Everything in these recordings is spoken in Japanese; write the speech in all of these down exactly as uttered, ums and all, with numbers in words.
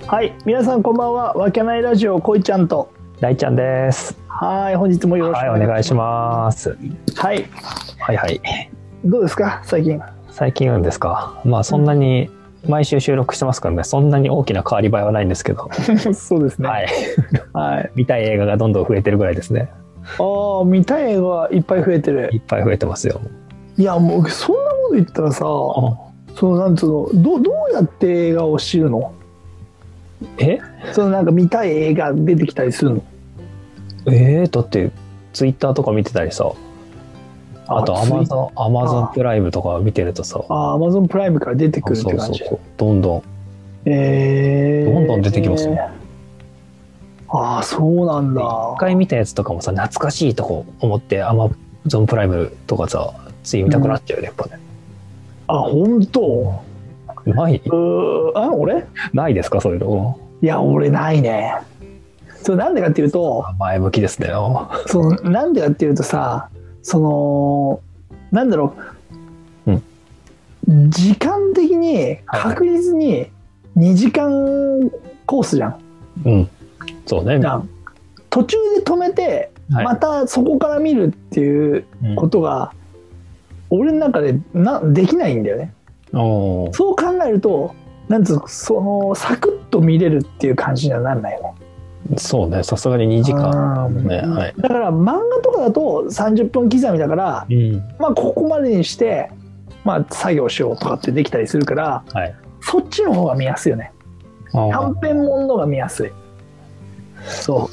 はい、皆さんこんばんは。わけないラジオこいちゃんと大ちゃんです。 はい、本日もよろしくはい、お願いします。 はい、 はいはい。 どうですか最近？ 最近ですか。まあそんなに毎週収録してますからね。そんなに大きな変わり映えはないんですけど。 そうですね。 はい。 はい。 見たい映画がどんどん増えてるぐらいですね。 ああ、見たい映画いっぱい増えてる。 いっぱい増えてますよ。 いやもうそんなこと言ったらさ、そうなんつうの、どどうやって映画を知るの？ え？ そのなんか見たい映画出てきたりするの？ えー、だってツイッターとか見てたりさ。あとアマゾン、アマゾンプライムとか見てるとさ。 ああ、アマゾンプライムから出てくるって感じ。 そうそうそう。どんどん。 えー、 どんどん出てきますよ。 ああ、そうなんだ。 一回見たやつとかもさ、懐かしいとこ思ってアマゾンプライムとかさ、つい見たくなっちゃうよね、やっぱね。 あ、本当？ ない？ うーあ、俺？ ないですか、そういうの？ いや、俺ないね。それなんでかっていうと、 前向きですね。 そのなんでかっていうとさ、そのなんだろう、うん、時間的に確実ににじかんコースじゃん。 うん、そうね。 途中で止めて、はい、またそこから見るっていうことが、うん、俺の中でなできないんだよね。そう考えると、なんつうそのサクッと見れるっていう感じにはならないよね。 そうね、さすがににじかん、ね、はい、 だから漫画とかだとさんじゅっぷん刻みだから、うん、まあここまでにして、まあ、作業しようとかってできたりするから、はい、そっちの方が見やすいよね。短編ものが見やすい。そう。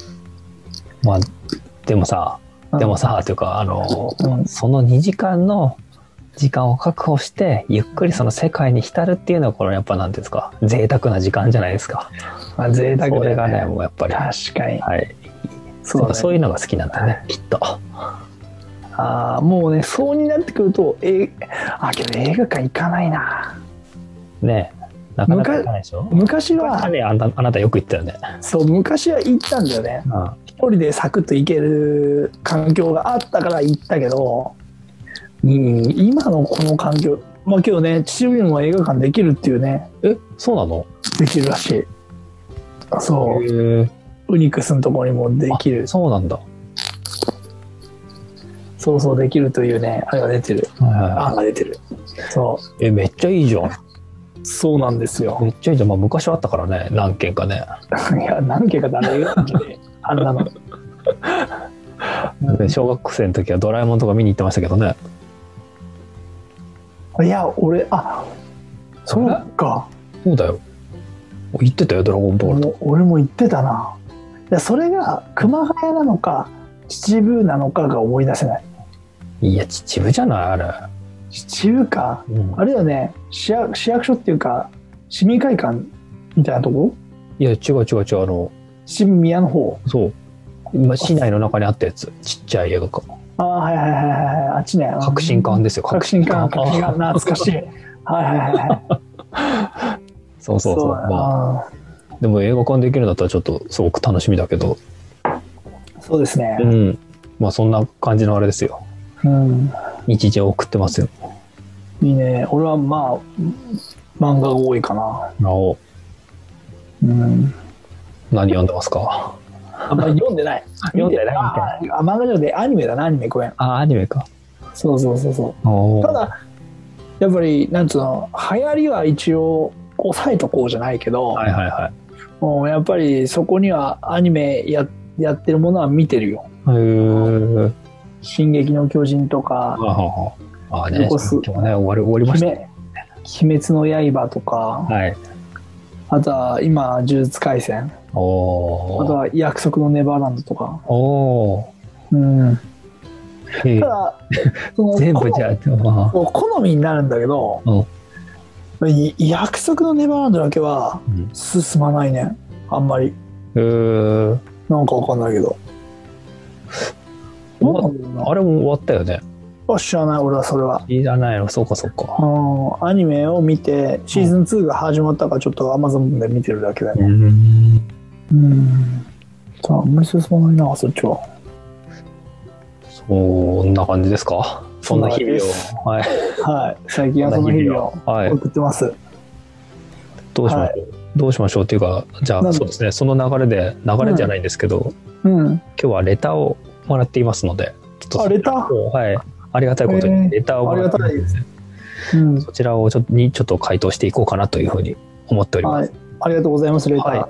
まあでもさ、でもさ、うん、というかあの、うん、そのにじかんの時間を確保してゆっくりその世界に浸るっていうのはこれやっぱ何ですか、贅沢な時間じゃないですか。 まあ、贅沢だね。 それがね、もうやっぱり確かに、 はい、そう、ね、そういうのが好きなんだね、きっと。 ああ、もうね、そうになってくると、えあけど映画館行かないな。 ねえ、なかなか行かないでしょ。 昔はね、あなた、あなたよく行ったよね。 そう、昔は行ったんだよね。うん、一人でサクッと行ける環境があったから行ったけど、うん、今のこの環境、まあ今日ね、秩父にも映画館できるっていうね。 え、そうなの？ できるらしい。そう。ウニクスのところにもできる。 そうなんだ。 そうそう、できるというね、あれが出てる。案が出てる。そう。 え、めっちゃいいじゃん。 そうなんですよ。 めっちゃいいじゃん。まあ昔はあったからね、何件かね。 いや、何件か誰があんなの。 小学生の時はドラえもんとか見に行ってましたけどね。 いや、俺、あ、そうか。 そうだよ。行ってたよ、ドラゴンボールと。 俺も行ってたな。いや、それが熊谷なのか秩父なのかが思い出せない。 いや、秩父じゃないあれ。 秩父か、うん、あれよね、市役、市役所っていうか市民会館みたいなとこ？ いや、違う違う違う、あの渋宮の方。 そう、今市内の中にあったやつ、ちっちゃい映画館。 ああ、はいはいはいはい、あっちね。 革新館ですよ。 革新館、革新館、懐かしい。はいはいはい。 そうそうそう。そう、まあ、でも映画館できるんだったらちょっとすごく楽しみだけど。 そうですね。 うん。まあそんな感じのあれですよ。 うん。 日常を送ってますよ。 いいね。俺はまあ漫画が多いかな。 お。うん。何読んでますか？ あんまり読んでない。 読んでない。 あ、漫画じゃなくてアニメだな、アニメ、これ。 あ、アニメか。 そうそうそうそう。ただやっぱりなんつうの、流行りは一応抑えとこうじゃないけど、 はいはいはい。 もうやっぱりそこにはアニメ や, やってるものは見てるよ。へー。進撃の巨人とか、 ああね、今日ね、終わり終わりましたね。 鬼滅の刃とか、 はい。 あとは今呪術廻戦、お、あとは約束のネバーランドとか。お、うん。ただその全部じゃあ好みになるんだけど、うん、約束のネバーランドだけは進まないね、うん、あんまり。へー。なんかわかんないけど。 あれも終わったよね。 あ、知らない、俺はそれは。 知らないの、そうかそうか。 うん、アニメを見てシーズンツーが始まったからちょっと Amazon で見てるだけだよね。うん。うん。さあ、あんまり進まないな、そっちは。 そんな感じですか。そんな日々を。はい。 はい。最近はその日々を送ってます。 どうしましょう、はい、どうしましょうっていうか、じゃあそうですね、その流れで流れじゃないんですけど、うんうん、今日はレターをもらっていますので、ちょっとあレター、 はい、ありがたいことにレターをもらっています、ね、うん、そちらをちょっとにちょっと回答していこうかなというふうに思っております。 はい、ありがとうございます。レター、はい、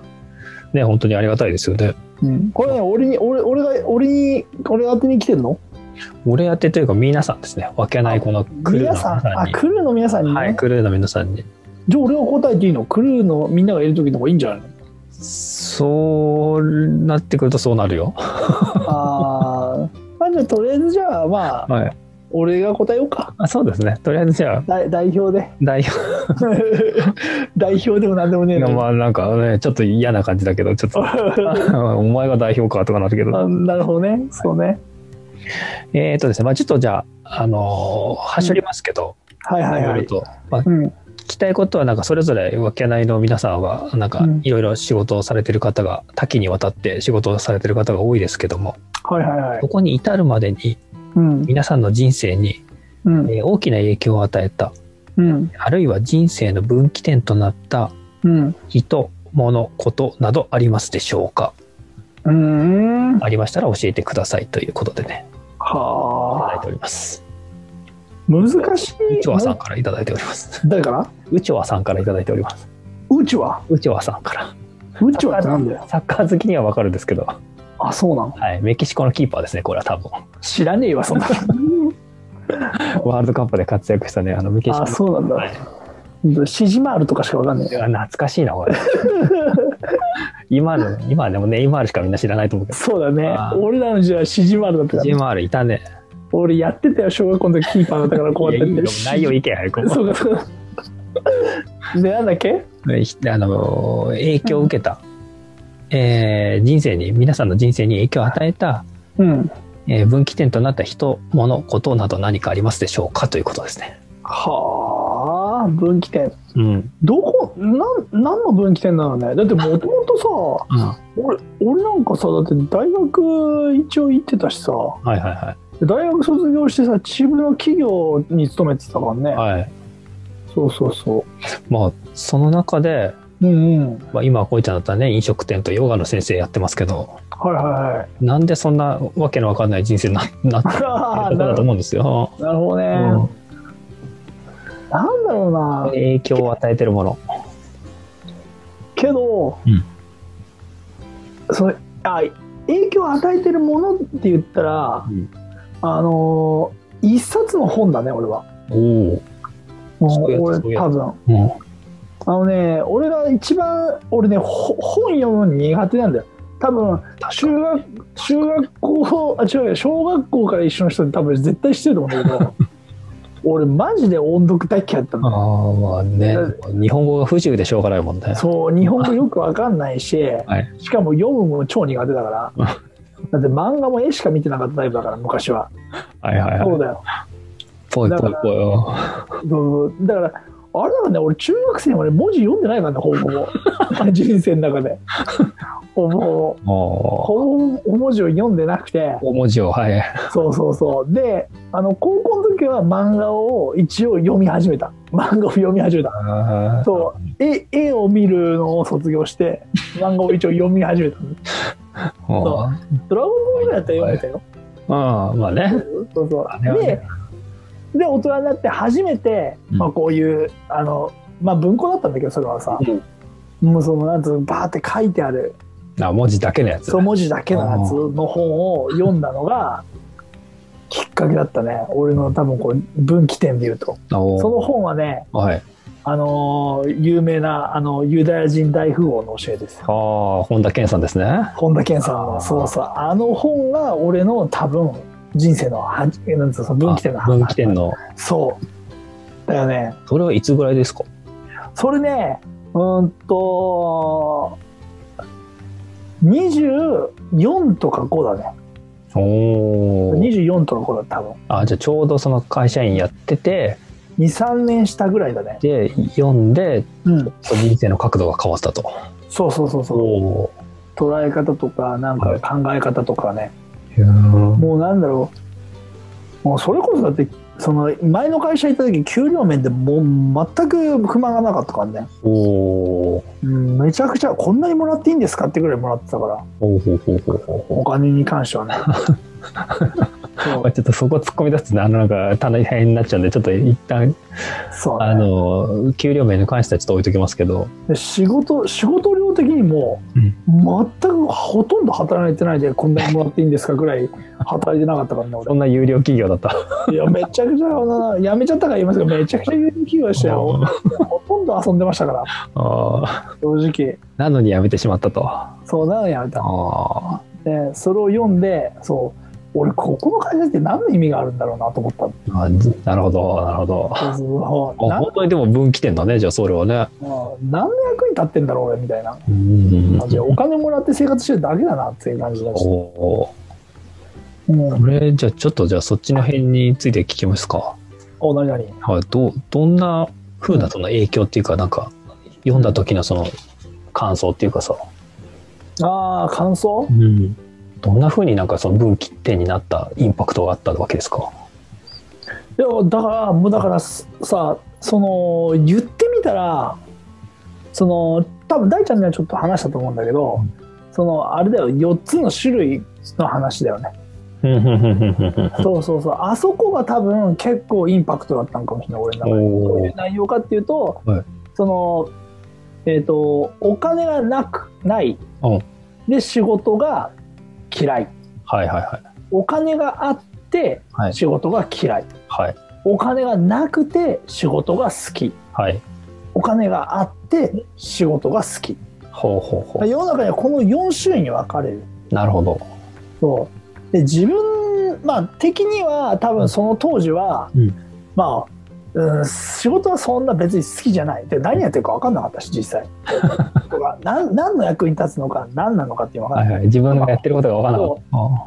ね、本当にありがたいですよね。 うん、これね、俺に俺俺が俺に俺宛てに来てんの？ 俺宛てというか皆さんですね。わけないこのクルーの皆さんに。あ、 クルーの皆さんに、ね、 はい、クルーの皆さんに。 じゃあ俺が答えていいの？クルーのみんながいる時の方がいいんじゃないの？ そうなってくるとそうなるよ。 ああ、じゃあとりあえずじゃあまあ、はい、俺が答えようか。 あ、そうですね。とりあえずじゃあ代代表で。 代表代表でもなんでもねえの。 まあなんかねちょっと嫌な感じだけど、ちょっとお前が代表かとかなるけど。 あ、なるほどね。そうね。 えっとですね、まあちょっとじゃああのー、走りますけど、 うん、はいはいはい。 まあ、うん、聞きたいことはなんかそれぞれわけないの皆さんはなんかいろいろ仕事をされてる方が、多岐にわたって仕事をされてる方が多いですけども、 はいはいはい。 そこに至るまでに、うん、皆さんの人生に、うんえー、大きな影響を与えた、うん、あるいは人生の分岐点となった、うん、人、物、ことなどありますでしょうか？うーん、ありましたら教えてくださいということでね、はあ、いただいております。 難しい。 うちわさんからいただいております。 誰から？ うちわさんからいただいております。 うちわ？ うちわさんから。 うちわってなんだよ。 サッカー好きにはわかるんですけど。 あ、そうなの？ はい、メキシコのキーパーですね、これは多分。 知らねえわ、そんな。 ワールドカップで活躍したね、あのメキシコ。 あ、そうなんだ。はい、シジマールとかしかわかんない。 懐かしいな、これ。今の、今でもネイマールしかみんな知らないと思うけど。 そうだね。俺らの時代はシジマールだったから、ね。 シジマールいたね。 俺やってたよ、小学校の時キーパーだったからこうやってって。 内容いけ早く。そうかそうか。 で、なんだっけ？ あの影響を受けた、うん、えー、人生に皆さんの人生に影響を与えた、うんえー、分岐点となった人、物、ことなど何かありますでしょうかということですね。 はあ、分岐点。 うん。 どこ、なん、何の分岐点なのね。だってもともとさ、うん、俺、俺なんかさ、だって大学一応行ってたしさ。 はいはいはい。 大学卒業してさ、秩父の企業に勤めてたからね。 はい。 そうそうそう。 まあその中で、うんうんまあ、今こいちゃんだったらね飲食店とヨガの先生やってますけど、 はいはいはい。 なんでそんなわけのわかんない人生にななってることだと思うんですよ。 なるほどね。うん、なんだろうな。 影響を与えてるもの。 けど、うん、それあ影響を与えてるものって言ったら。うんあのー、一冊の本だね俺は。 おお俺多分、うん、あのね俺が一番俺ね本読むの苦手なんだよ多分。中学中学校あ違う小学校から一緒の人で多分絶対知ってると思うんだけど俺マジで音読大嫌いだったの。 ああまあね日本語が不自由でしょうがないもんね。 そう日本語よくわかんないし、はい、しかも読むのも超苦手だからだって漫画も絵しか見てなかったタイプだから昔は。 はいはいはい。 そうだよ。 ぽいぽいぽいよ。 だからあれだからね俺中学生まで文字読んでないからねほぼほぼ人生の中でほぼほぼ文字を読んでなくて。 文字をはい。 そうそうそうであの高校の時は漫画を一応読み始めた漫画を読み始めた。そう絵絵を見るのを卒業して漫画を一応読み始めたそうドラゴンボールやったら読めたよ。 ああまあね。 そうそう。で、で大人になって初めて、うん、まあこういうあのまあ文庫だったんだけどそれはさ、うん、もうそのなんつうのバーって書いてある。 あ文字だけのやつ。 そう文字だけのやつの本を読んだのがきっかけだったね。俺の多分こう分岐点で言うと。その本はね。はい。あの有名なあのユダヤ人大富豪の教えです。 ああ本田健さんですね。 本田健さんのそうそうあの本が俺の多分人生のはなんつうの分岐点の分岐点のそうだよね。 それはいつぐらいですか？ それねうんとにじゅうよんとかごだね。おにじゅうよんとかごだ多分。 あじゃあちょうどその会社員やってて。 にさんねんしたぐらいだね。 で読んで、うん、人生の角度が変わったと。 そうそうそうそう捉え方とかなんか考え方とかね、はい、もうなんだろうもうそれこそだってその前の会社行った時給料面でもう全く不満がなかったからね。お、うん、めちゃくちゃこんなにもらっていいんですかってぐらいもらってたから。おほほほほお金に関してはね。 ちょっとそこ突っ込み出すと、あのなんか大変になっちゃうんで、ちょっと一旦そう、ね、あの給料面に関してはちょっと置いときますけど、 仕事仕事量的にも、うん、全くほとんど働いてないでこんなにもらっていいんですかぐらい働いてなかったからね。 そんな有料企業だった。 いやめちゃくちゃやめちゃったから言いますけど、めちゃくちゃ有料企業でしたよ。ほとんど遊んでましたから。あ、正直。 なのにやめてしまったと。 そうなのにやめた。あでそれを読んで、そう俺ここの会社って何の意味があるんだろうなと思った。 あ、なるほどなるほど。そうそう、本当にでも分岐点だね、じゃあそれはね。 何の役に立ってんだろう俺みたいな。うん、じゃあお金もらって生活してるだけだなっていう感じだし。お、 うん、これじゃあちょっとじゃあそっちの辺について聞きますか。 お、何何。 はい、どどんな風なその影響っていうか、なんか読んだ時のその感想っていうかさ。 ああ、感想。 うん。どんな風になんかその分岐点になったインパクトがあったわけですか。 いやだからもうだからさ、その言ってみたら、その多分大ちゃんにはちょっと話したと思うんだけど、うん、そのあれだよ、よっつの種類の話だよね。そうそうそう、あそこが多分結構インパクトだったのかもしれない、俺の中で。どういう内容かっていうと、はい、そのえっとお金がなくないで仕事が嫌い、はいはいはい、お金があって仕事が嫌い、はい、お金がなくて仕事が好き、はい、お金があって仕事が好き、ほうほうほう、世の中にはこのよん種類に分かれる。 なるほど。 そうで自分、まあ的には多分その当時は、うん、まあうん、仕事はそんな別に好きじゃないで、何やってるか分かんなかったし実際とか何, 何の役に立つのか何なのかっていうのが分かんない、はいはい、 自分がやってることが分からなかった。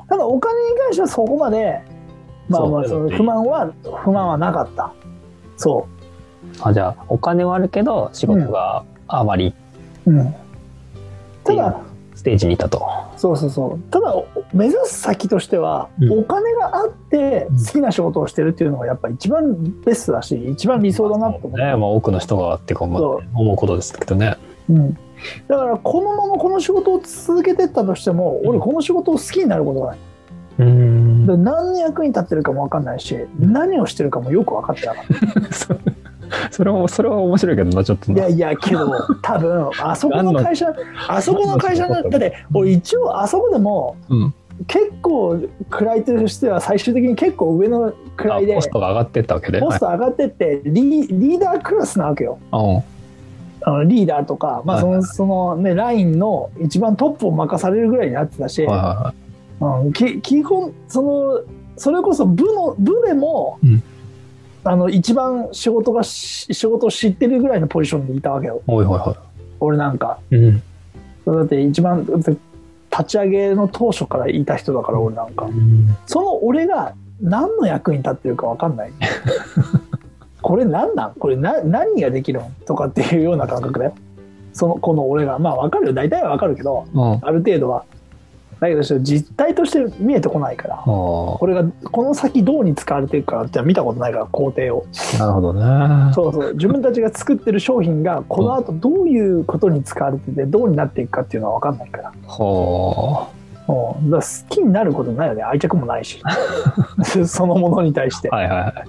ただお金に関してはそこまで、まあ、まあその不満は不満はなかった。そうあ、じゃあお金はあるけど仕事があまり、うんうん、ただステージにいたと。 そうそうそう。ただ目指す先としては、うん、お金があって好きな仕事をしてるっていうのがやっぱ一番ベストだし一番理想だなと思って、ね、 まあ、多くの人がってか思うことですけどね、 うん、だからこのままこの仕事を続けてったとしても、うん、俺この仕事を好きになることがない。うーん、で何の役に立ってるかも分かんないし、何をしてるかもよく分かってなかったそれはそれは面白いけどな、ちょっと。 いやいやけど多分あそこの会社あそこの会社だって俺一応あそこでも、うん、結構位としては最終的に結構上の位でポストが上がってったわけで、 ポスト上がってってリリーダークラスなわけよ。あのリーダーとか、まあその、はいはい、そのねラインの一番トップを任されるぐらいになってたし、はいはいはい、うん、き基本そのそれこそ部の部でも、うん、あの一番仕事が仕事を知ってるぐらいのポジションにいたわけよ。はいはいはい、俺なんか、うん、だって一番立ち上げの当初からいた人だから、俺なんか、うん、その俺が何の役に立ってるか分かんないこれ何なんこれな何ができるのとかっていうような感覚だよ。そのこの俺がまあ分かるよ、大体は分かるけど、うん、ある程度はだけど実態として見えてこないから、これがこの先どうに使われていくかって見たことないから、工程を。 なるほどね。 そうそう、自分たちが作ってる商品がこの後どういうことに使われててどうになっていくかっていうのは分かんないから。はあ。だから好きになることないよね、愛着もないしそのものに対して。はいはいはい。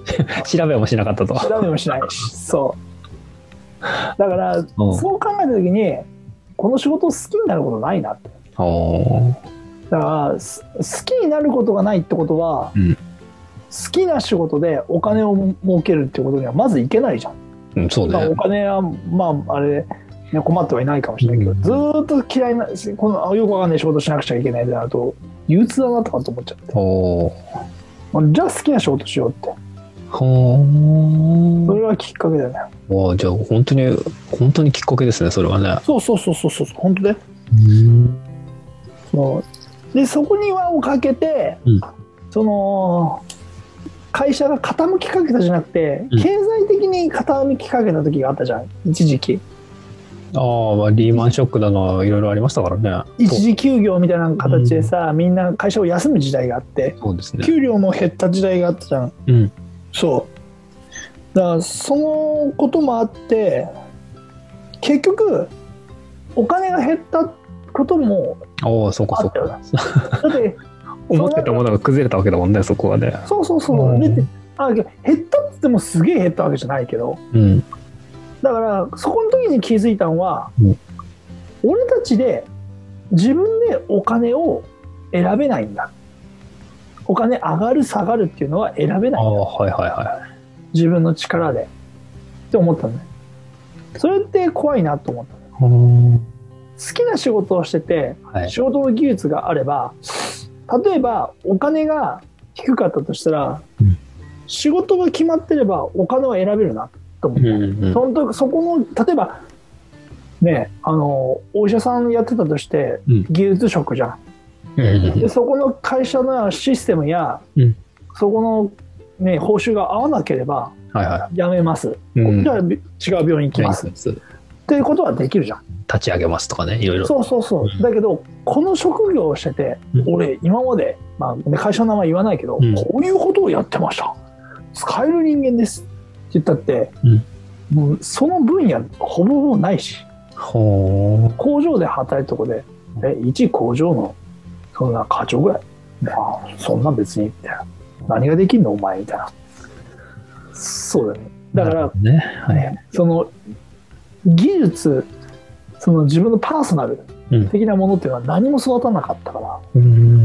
調べもしなかったと。調べもしないし、そう。だから、うん、そう考えた時にこの仕事を好きになることないなって。はあ。だから好きになることがないってことは、うん、好きな仕事でお金を儲けるっていうことにはまずいけないじゃん、うん、そうね、お金はまああれ、ね、困ってはいないかもしれないけど、うん、ずーっと嫌いなこのよくわかんない仕事しなくちゃいけないってなると憂鬱だなとかと思っちゃって、じゃあ好きな仕事しようって、はそれはきっかけだよね。ああ、じゃあ本当に本当にきっかけですね、それはね。 そうそうそうそうそう、本当で、うんそうでそこに輪をかけて、うん、その会社が傾きかけたじゃなくて、うん、経済的に傾きかけた時があったじゃん、一時期。 ああ、まあ、リーマンショックだのいろいろありましたからね。 一時休業みたいな形でさ、うん、みんな会社を休む時代があって、そうですね、給料も減った時代があったじゃん、うん、 そうだからそのこともあって結局お金が減ったこともおお、そうかそうか。 だって思ってたものが崩れたわけだもんね、そこはね。 そうそうそう、うん、であ減ったって言ってもすげえ減ったわけじゃないけど、 うん、 だからそこの時に気づいたのは、うん、俺たちで自分でお金を選べないんだ。お金上がる下がるっていうのは選べないんだ。あ、 はいはいはい、 自分の力でって思ったのね。それって怖いなと思った。好きな仕事をしてて、はい、仕事の技術があれば、例えばお金が低かったとしたら、うん、仕事が決まってればお金は選べるなと思って、うんうん、そのそこの例えばね、あのお医者さんやってたとして技術職じゃん、うん、でそこの会社のシステムや、うん、そこの、ね、報酬が合わなければ辞めます、はいはい、うん、じゃあ違う病院行きます、うん、っていうことはできるじゃん。 立ち上げますとかね、いろいろ。 そうそうそう、うん、だけどこの職業をしてて、うん、俺今まで、まあ、会社の名前言わないけど、うん、こういうことをやってました、使える人間ですって言ったって、うん、もうその分野ほぼほぼないし、ほー、工場で働いたとこで、え一工場のそんな課長ぐらい、まあ、そんな別にみたいな、何ができんのお前みたいな。そうだね。だから、ね、はい、その技術、その自分のパーソナル的なものっていうのは何も育たなかったから、うん、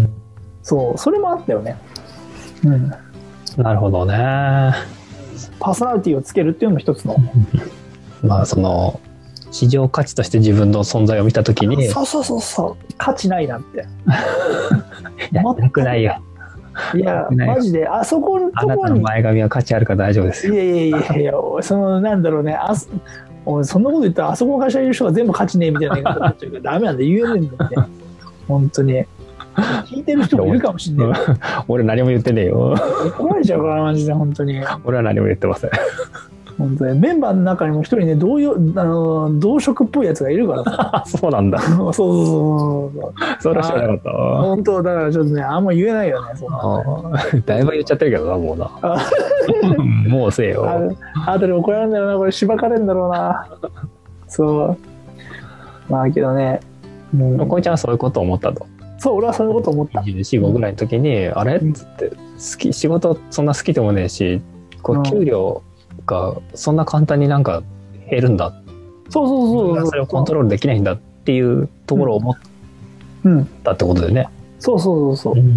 そうそれもあったよね。うん、 なるほどね。 パーソナリティをつけるっていうのも一つのまあその市場価値として自分の存在を見たときに、 そうそうそうそう、価値ないなってなくないよ。 いやマジであそこのところに、あなたの前髪は価値あるから大丈夫ですよ。 いやいやいやいやそのなんだろうね、あそんなこと言ったらあそこの会社にいる人が全部価値ねえみたいな言い方になっちゃうからダメなんで言えねえんだよね本当に。聞いてる人もいるかもしんない俺何も言ってねえよ。 怒られちゃうからマジで本当に。 俺は何も言ってません本当にメンバーの中にも一人ね同様あの同職っぽいやつがいるからさそうなんだそうそうそうそうそれは知らなかった。 本当だからちょっとねあんま言えないよね。そんなねだいぶ言っちゃってるけどなもうなもうせえよ。 ああとで怒られるんだろうなこれ、しばかれるんだろうなそうまあけどね、 うん、こいちゃんはそういうことを思ったと。 そう、俺はそういうこと思った。 にじゅうよん、ごぐらいの時に、うん、あれっつって好き仕事そんな好きでもねえし、こう給料がそんな簡単になんか減るんだ、 そうそうそうそう、 それをコントロールできないんだっていうところを思ったってことでね、 うん、そうそうそうそう、うん、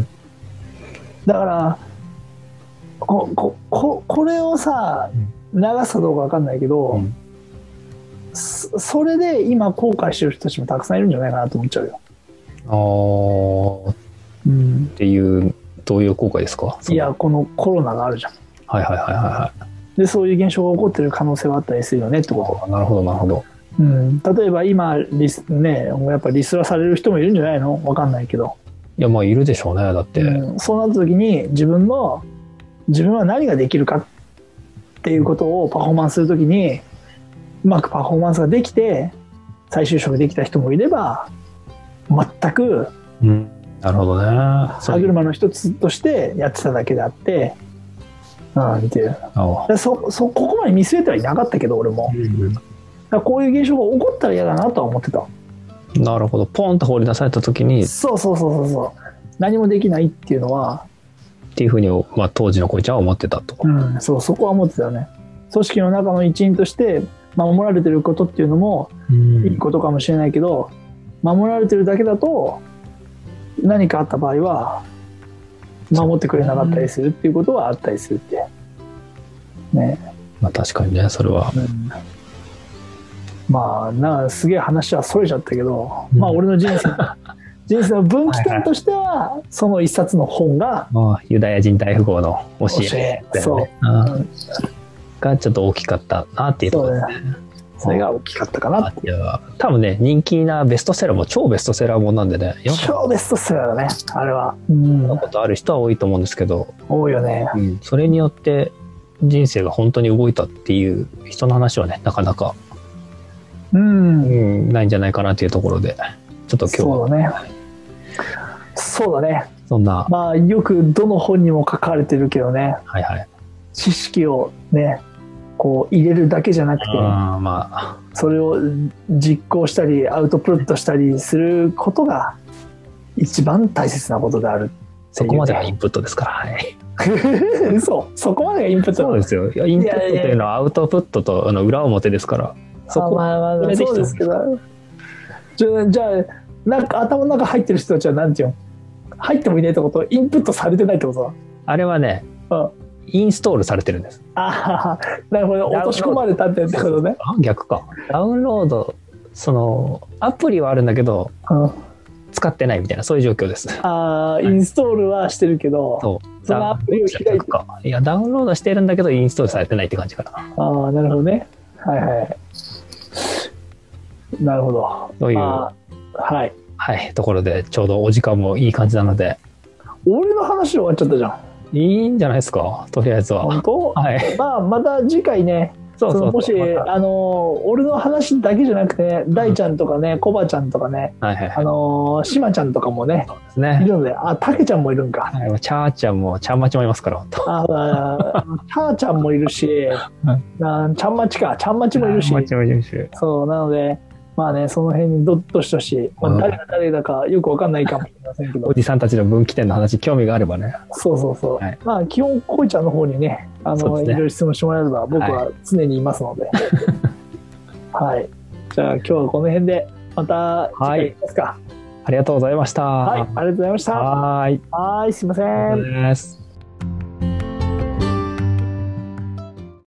だからここここれをさ流すかどうか分かんないけど、うん、そ, それで今後悔してる人たちもたくさんいるんじゃないかなと思っちゃうよ。 ああ、うん、っていうどういう後悔ですか？ いやこのコロナがあるじゃん。 はいはいはいはい。 でそういう現象が起こってる可能性はあったりするよねってこと。 なるほどなるほど。 うん、例えば今リスねやっぱリストラされる人もいるんじゃないの？分かんないけど。 いやまあいるでしょうねだって、 うん、そうなった時に自分の自分は何ができるかっていうことをパフォーマンスする時にうまくパフォーマンスができて再就職できた人もいれば全く、 うん、なるほどね、 歯車の一つとしてやってただけであって、ああ見てる。そそここまで見据えてはいなかったけど俺も、うん、だからこういう現象が起こったら嫌だなとは思ってた。 なるほど。ポンと放り出された時にそうそうそうそうそう何もできないっていうのはっていうふうに、まあ、当時のこいちゃんは思ってたと、 うん、そうそこは思ってたよね。組織の中の一員として守られてることっていうのもいいことかもしれないけど、守られてるだけだと何かあった場合は守ってくれなかったりするっていうことはあったりするってね。 まあ確かにねそれは、うん、 まあなすげえ話はそれちゃったけど、うん、まあ俺の人生人生の分岐点としてははい、はい、その一冊の本がユダヤ人大富豪の教え、 教えそう、 うん、がちょっと大きかったなっていうところですね。 それが大きかったかなっていう。 多分ね人気なベストセラーも超ベストセラーもんなんでね、 超ベストセラーだねあれは。 そんなことある人は多いと思うんですけど、 多いよね、 うん、それによって人生が本当に動いたっていう人の話はねなかなか、うんうん、ないんじゃないかなっていうところでちょっと今日はそうだねそうだねそんなまあよくどの本にも書かれてるけどね、 はいはい、 知識をね、こう入れるだけじゃなくて、 あ、まあ、 それを実行したりアウトプットしたりすることが一番大切なことである。 そこまでがインプットですから。はい。 嘘、そこまでがインプット。 そうですよ。インプットというのはアウトプットとあの裏表ですから。そこまあまあまあそうですけど。じゃあ、じゃあなんか頭の中入ってる人たちはなんていうの？入ってもいないってこと？インプットされてないってことだ。 あれはね、うん、インストールされてるんです。 ああ、なるほど。落とし込まれたってことね。 あ、逆か。ダウンロード、そのアプリはあるんだけど、うん、使ってないみたいな、そういう状況です。 ああ、インストールはしてるけど、 そう、 そのアプリを開いて。 いや、ダウンロードしてるんだけどインストールされてないって感じかな。 ああ、なるほどね。はいはい。なるほど。 そういう、 はい。 はい、ところでちょうどお時間もいい感じなので。 俺の話終わっちゃったじゃん。 いいんじゃないですか、とりあえずは。 本当？はい。まあ、また次回ね、そうそうそう、もし、ま、あの俺の話だけじゃなくて、ね、大ちゃんとかね、コバちゃんとかね、はいはいはい、あのしまちゃんとかもね、そうですね、いるので、あ、たけちゃんもいるんか。 はい、チャーちゃんも、ちゃんまちもいますから、本当。 あ、チャーちゃんもいるし、あ、ちゃんまちか、ちゃんまちもいるし、そう、なので、まあね、その辺にどどしどし、まあ、誰が誰だかよくわかんないかもしれませんけど、おじさんたちの分岐点の話、興味があればね。 そうそうそう、はい、まあ基本こいちゃんの方にね、あの、ね、いろいろ質問してもらえれば僕は常にいますので、はい、はい、じゃあ今日はこの辺でまた次回いきますか。はい、 ありがとうございました。 はい、ありがとうございました。 はい、 はい、すいません。